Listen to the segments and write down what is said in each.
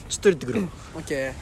ちょっと行ってくるわ。 オッケ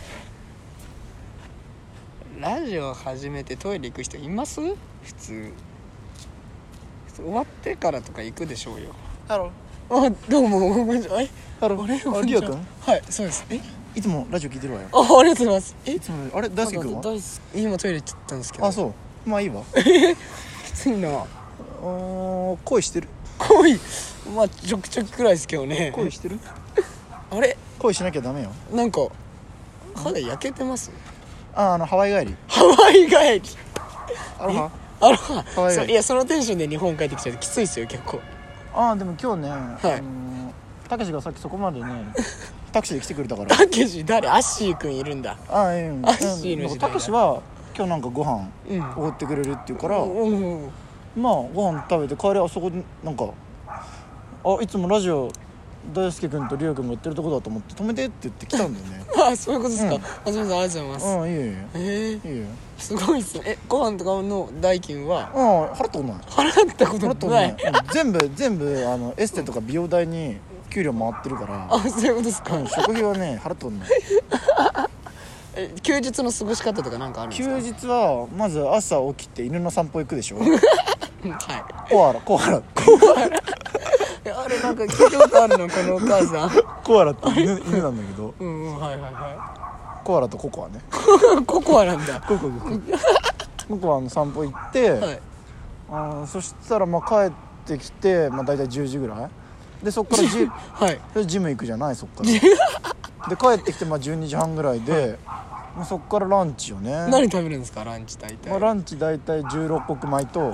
ー。ラジオ始めてトイレ行く人います？普通終わってからとか行くでしょうよ。 ハロあ、どうもこんにちは。 ハロあれリオくん、 はい、そうです。 いつもラジオ聞いてるわよ。 ありがとうございます。 いつもあれ大輔くんは？ 大好き。今トイレ行っちゃったんですけど。 あ、そう、まあいいわ。 きついな。 恋してる？ 恋、まあちょくちょくくらいですけどね。 恋してる？ あれ、 恋しなきゃダメよ。 なんか肌焼けてます？ ハワイ帰り。 ハワイ帰り。 アロハ。 あら、 ハワイ帰り。 いや、そのテンションで日本帰ってきちゃうときついですよ結構。 でも今日ね、たけしがさっきそこまでねタクシーで来てくれたから。 たけし誰？アッシーくんいるんだ。 アアッシーの時代だ。 たけしは今日なんかご飯おごってくれるって言うから、まあご飯食べて帰りあそこでなんかいつもラジオ大輔君とリオ君がやってるとこだと思って止めてって言って来たんだよね。 あ、そういうことですか。あ、すみません、ありがとうございます。 いいよいいよ。 すごいっすね。ご飯とかの代金は払ったことない。 払ったことない。 全部エステとか美容代に給料回ってるから。 あ、そういうことですか。 食費はね払ったことない。 休日の過ごし方とかなんかあるんですか？ 休日はまず朝起きて犬の散歩行くでしょ。はい。コアラあれなんか聞いたことあるのこのお母さん。 コアラって犬なんだけど。 はいはいはコアラとココアね。 ココアなんだ。 ココアの散歩行って、はい、そしたらまあ帰ってきて、まあ、大体10時ぐらいで、そっからはい、ジム行くじゃない、そっからで帰ってきてまあ12時半ぐらいで、まあ、そっからランチよね。 何食べるんですかランチ大体？ ランチ大体16穀米と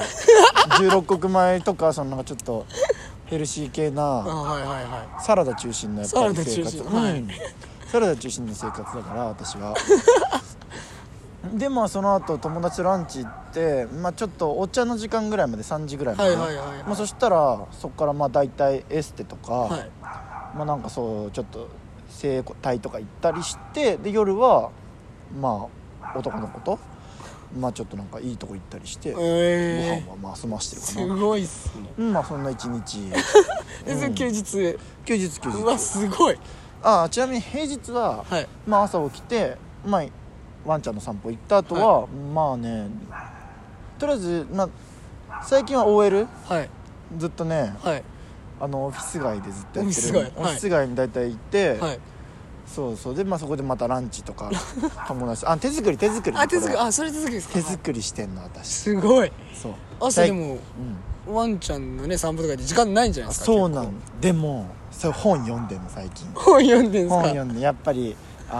16穀米とか、そのなんかちょっとヘルシー系なサラダ中心のやっぱり生活。サラダ中心の生活だから私は。でまあその後友達とランチ行って、まあ、ちょっとお茶の時間ぐらいまで3時ぐらいまで、まあ、そしたらそこからまあ大体エステとか、まあなんかそうちょっと整体とか行ったりして、で夜はまあ男の子とまあちょっとなんかいいとこ行ったりして、ご飯はまあ済ましてるかな。 すごいっすね。 まあそんな一日。 休日。うわすごい。 ちなみに平日は、まあ朝起きてまあワンちゃんの散歩行った後は、まあね、とりあえず、まあ、最近は OL、ずっとね、オフィス街でずっとやってるオフィス街に大体行って、そうで、まあ、そこでまたランチとか友達手作りそれ手作りですか？ 手作りしてんの私。 すごい。 そう朝でも、ワンちゃんのね散歩とかで時間ないんじゃないですか？ そうなんでもそれ本読んでんの最近。 本読んでんすか？ 本読んでやっぱり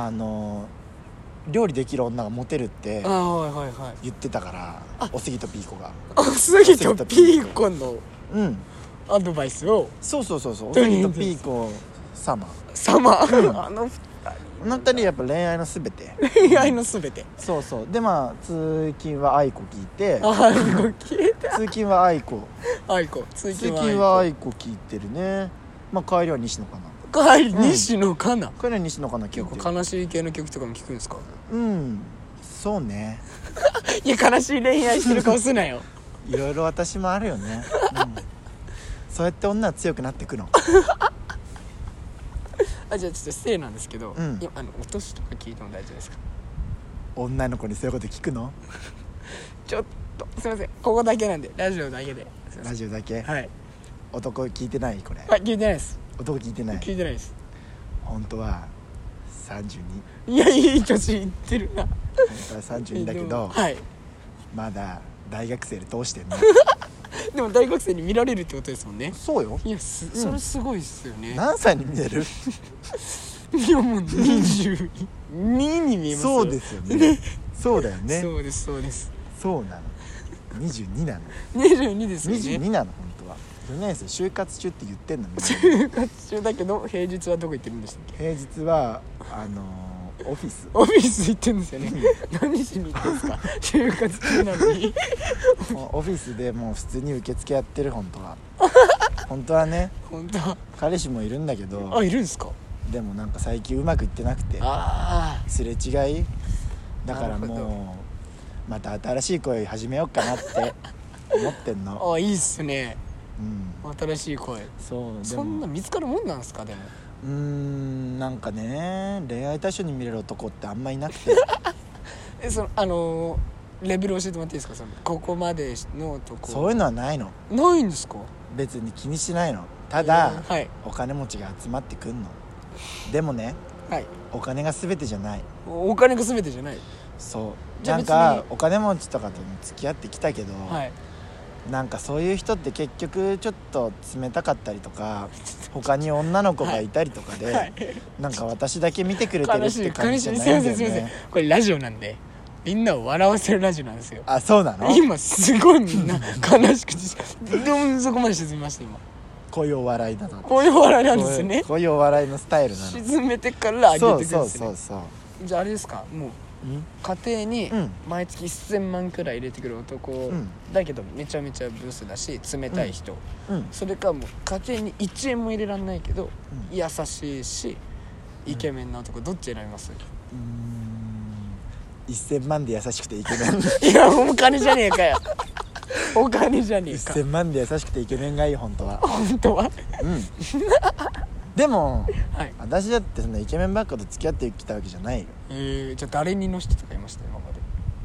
料理できる女がモテるって言ってたから、おすぎとピーコが。 おすぎとピーコのアドバイスを。 そうおすぎとピーコ様、 あの二人やっぱ恋愛のすべて。そうでまあ通勤は愛子聞いて。通勤は愛子聞いてるね。まあ帰りは西野かな。 西野カナ聞いてる。 悲しい系の曲とかも聞くんですか？ そうね。 いや悲しい恋愛してる顔すなよ。 いろいろ私もあるよね。そうやって女は強くなってくの。 じゃあちょっと失礼なんですけど、今お年とか聞いても大丈夫ですか？ 女の子にそういうこと聞くの？ ちょっとすいません、ここだけなんで、ラジオだけで。 ラジオだけ？ はい。 男聞いてないこれ？ 聞いてないです。 男聞いてないです。 本当は32。 いやいい年いってるな。 本当は32だけど、まだ大学生で通してんの。 でも大学生に見られるってことですもんね。 そうよ。 いやそれすごいっすよね。 何歳に見える？ いやもう22に見えます。 そうですよね。そうだよね。 そうですそうなの。22なの。 22ですよね。 22なの本当は。4年生就活中って言ってんの。 就活中だけど平日はどこ行ってるんでしたっけ？ 平日はオフィス行ってるんですよね。何しに行ってんですか？就活中なのに。 オフィスでもう普通に受付やってる。本当はね。彼氏もいるんだけど。 いるんですか？ でもなんか最近うまくいってなくて、すれ違いだからもうまた新しい恋始めようかなって思ってんの。 いいっすね。新しい恋。そんな見つかるもんなんですか？でもなんかね恋愛対象に見れる男ってあんまいなくてレベル教えてもらっていいですか？ここまでの男。 そういうのはないの。 ないんですか？ 別に気にしないの。ただ、 はい、 お金持ちが集まってくんの。でもね、 はい、 お金が全てじゃない。 お金が全てじゃない。 そうなんかお金持ちとかと付き合ってきたけど、はい、なんかそういう人って結局ちょっと冷たかったりとか他に女の子がいたりとかで、はい、なんか私だけ見てくれてるって感じじゃないんだよね。 これラジオなんでみんなを笑わせるラジオなんですよ。 あ、そうなの？ 今すごいみんな悲しくてでもそこまで沈みました今。 こういうお笑いだな。 こういうお笑いなんですね。 こういうお笑いのスタイルなの。 沈めてから上げてくるんですね。 そうじゃああれですか、もう家庭に毎月1000万くらい入れてくる男、だけどめちゃめちゃブスだし冷たい人、それかもう家庭に1円も入れらんないけど、優しいしイケメンな男、どっち選びます？ 1000万で優しくてイケメンいやお金じゃねえかよお金じゃねえか。 1000万で優しくてイケメンがいい本当は。 本当はでも、 はい、 私だってそんなイケメンばっかと付き合ってきたわけじゃないよ。 じゃあ誰にの人とかいました今まで？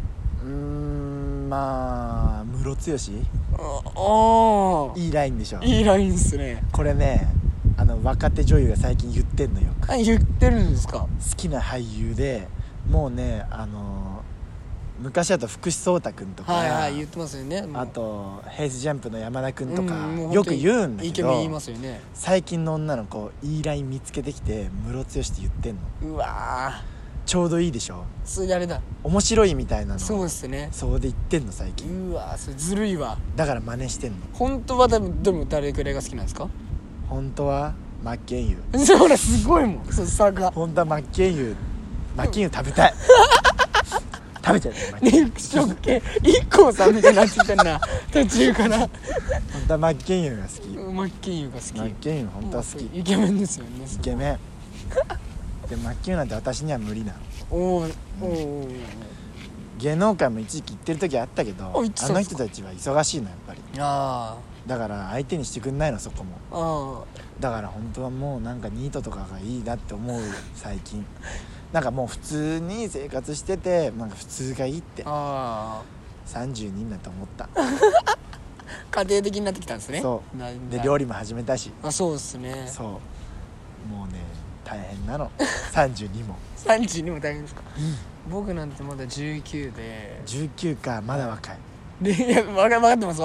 まあムロツヨシ。いいラインでしょ。 いいラインですね。 これね若手女優が最近言ってんのよ。 言ってるんですか？ 好きな俳優でもうね昔だと福士蒼汰君とか、 はいはい言ってますよね。 あとヘイズジャンプの山田君とか、よく言うんだけどイケメン言いますよね。 最近の女の子いいライン見つけてきてムロツヨシって言ってんの。 うわちょうどいいでしょ。 それあれだ、 面白いみたいなの。 そうですね。 そうで言ってんの最近。 うわそれずるいわ。 だから真似してんの。 本当はでも誰くらいが好きなんですか？ 本当は真剣佑。 それすごいもんその差が。 本当は真剣佑食べたい食べちゃうね。 肉食系IKKOさんみたいになってきてんな途中から。 本当は真剣佑が好き。 真剣佑が好き。 真剣佑本当は好き。 イケメンですよね。 イケメンで真剣佑なんて私には無理なの。芸能界も一時期行ってる時あったけど、あの人たちは忙しいのやっぱり。だから相手にしてくんないのそこも。だから本当はもうなんかニートとかがいいなって思う最近。なんかもう普通に生活しててなんか普通がいいって32になって思った。 家庭的になってきたんですね。 そうで料理も始めたし。 そうですね。 そうもうね大変なの32も 32も大変ですか？僕なんてまだ19で。 19か、まだ若い。 いや分かってます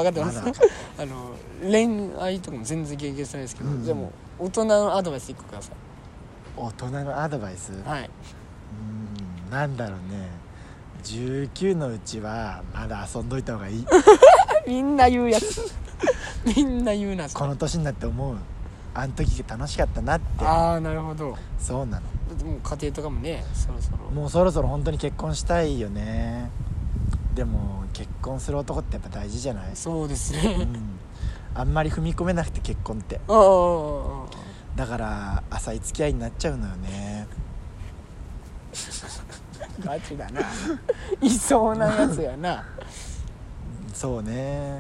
恋愛とかも全然経験してないですけど、じゃあもう大人のアドバイス1個ください。 大人のアドバイス？ はい。 なんだろうね、19のうちはまだ遊んどいた方がいいみんな言うやつみんな言うな。 この年になって思う。あの時楽しかったなって。 なるほど。 そうなの。 もう家庭とかもねもうそろそろ本当に結婚したいよね。でも結婚する男ってやっぱ大事じゃない？ そうですね、 あんまり踏み込めなくて結婚って。だから浅い付き合いになっちゃうのよね。 ガチだないそうなやつやなそうね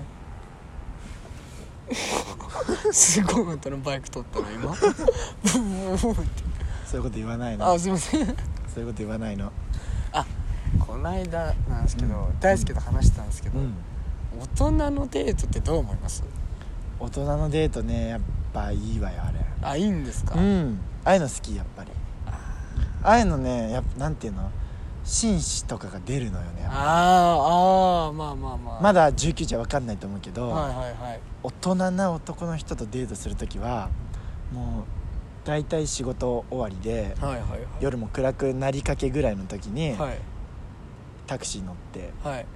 すごい音のバイク取ったの今そういうこと言わないの。 すいませんそういうこと言わないの。 この間なんですけど、大輔と話してたんですけど、大人のデートってどう思います？ 大人のデートね、やっぱいいわよあれ。 いいんですか？ ああいうの好きやっぱり。ああいうのね、やっぱなんていうの、紳士とかが出るのよね。まだ19じゃ分かんないと思うけど、大人な男の人とデートするときはもう大体仕事終わりで、夜も暗くなりかけぐらいの時に、タクシー乗って、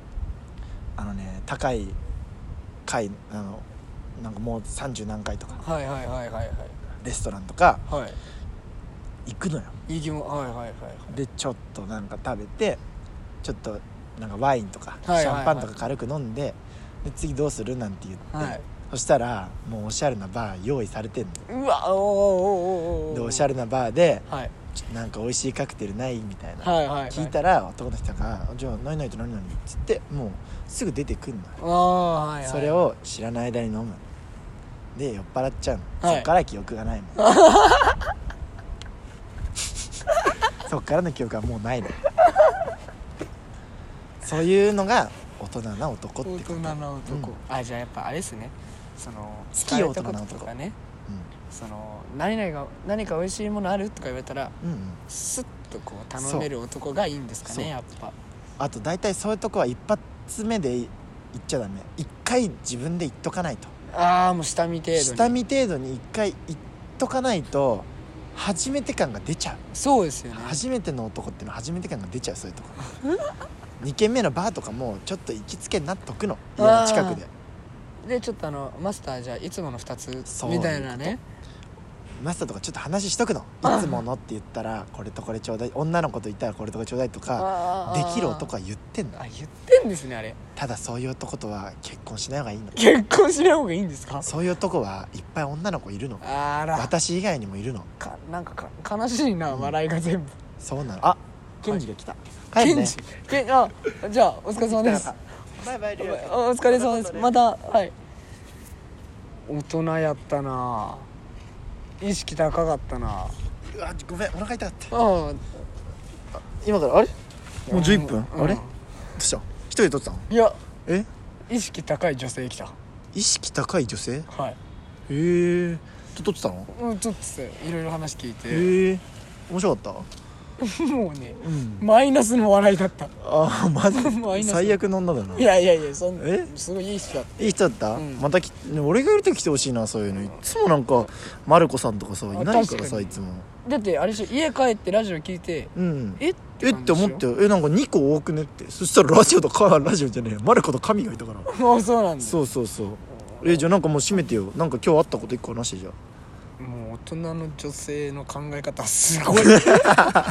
高い階なんかもう30何階とか、レストランとか、行くのよ。でちょっとなんか食べて、ちょっとなんかワインとかシャンパンとか軽く飲んで、で次どうするなんて言って、そしたらもうおしゃれなバー用意されてんの。でおしゃれなバーで、なんか美味しいカクテルないみたいな、聞いたら男の人がじゃあ何々と何々っつってもうすぐ出てくんの。それを知らない間に飲むで酔っ払っちゃうの。そっから記憶がないもんそっからの記憶はもうないの。そういうのが大人な男ってこと。 大人な男、あ、じゃあやっぱあれですね、その好きよ大人な男とかね、その何か美味しいものあるとか言われたら、スッとこう頼める男がいいんですかね、やっぱ。 あと大体そういうとこは一発目で言っちゃダメ、一回自分で言っとかないと。 ああ、もう下見程度に一回言っとかないと初めて感が出ちゃう。 そうですよね、 初めての男っていうのは初めて感が出ちゃう。そういうとこ2軒目のバーとかもちょっと行きつけになっとくの、家の近くでちょっとマスターじゃあいつもの2つみたいなね。 マスターとかちょっと話しとくの。いつものって言ったらこれとこれちょうだい、女の子と言ったらこれとこれちょうだいとかできる男は言ってんの。 あ、言ってんですね。あれただそういう男とは結婚しない方がいいの。 結婚しない方がいいんですか。 そういう男はいっぱい女の子いるの。 あら、 私以外にもいるの。 なんか悲しいな、笑いが全部。 そうなの。あ、ケンジが来た。 ケンジ、あ、じゃあお疲れ様です。 バイバイ。 お疲れ様です。また、はい。大人やったな、意識高かったな。 うわ、ごめん、お腹痛かった。 今からあれもう11分、あれどうした、一人で撮ってたの。 いや、 意識高い女性来た。 意識高い女性。 はい。 へえ、撮ってたの。 ちょっといろいろ話聞いて。 へえ、面白かった。 もうね、マイナスの笑いだった。 ああ、マジ最悪の女だな。 いやそんなすごいいい人だった。 いい人だった、また俺がいるとき来てほしいな。そういうのいつもなんかマルコさんとかさいないからさ、いつも。 だってあれでしょ、家帰ってラジオ聞いて、えって思ったよ。なんか2個多くねって。そしたらラジオじゃねえよ、マルコと神がいたから。 あ、そうなんだ。 そうじゃあなんかもう閉めてよ。なんか今日あったこと1個話して。じゃあもう大人の女性の考え方すごい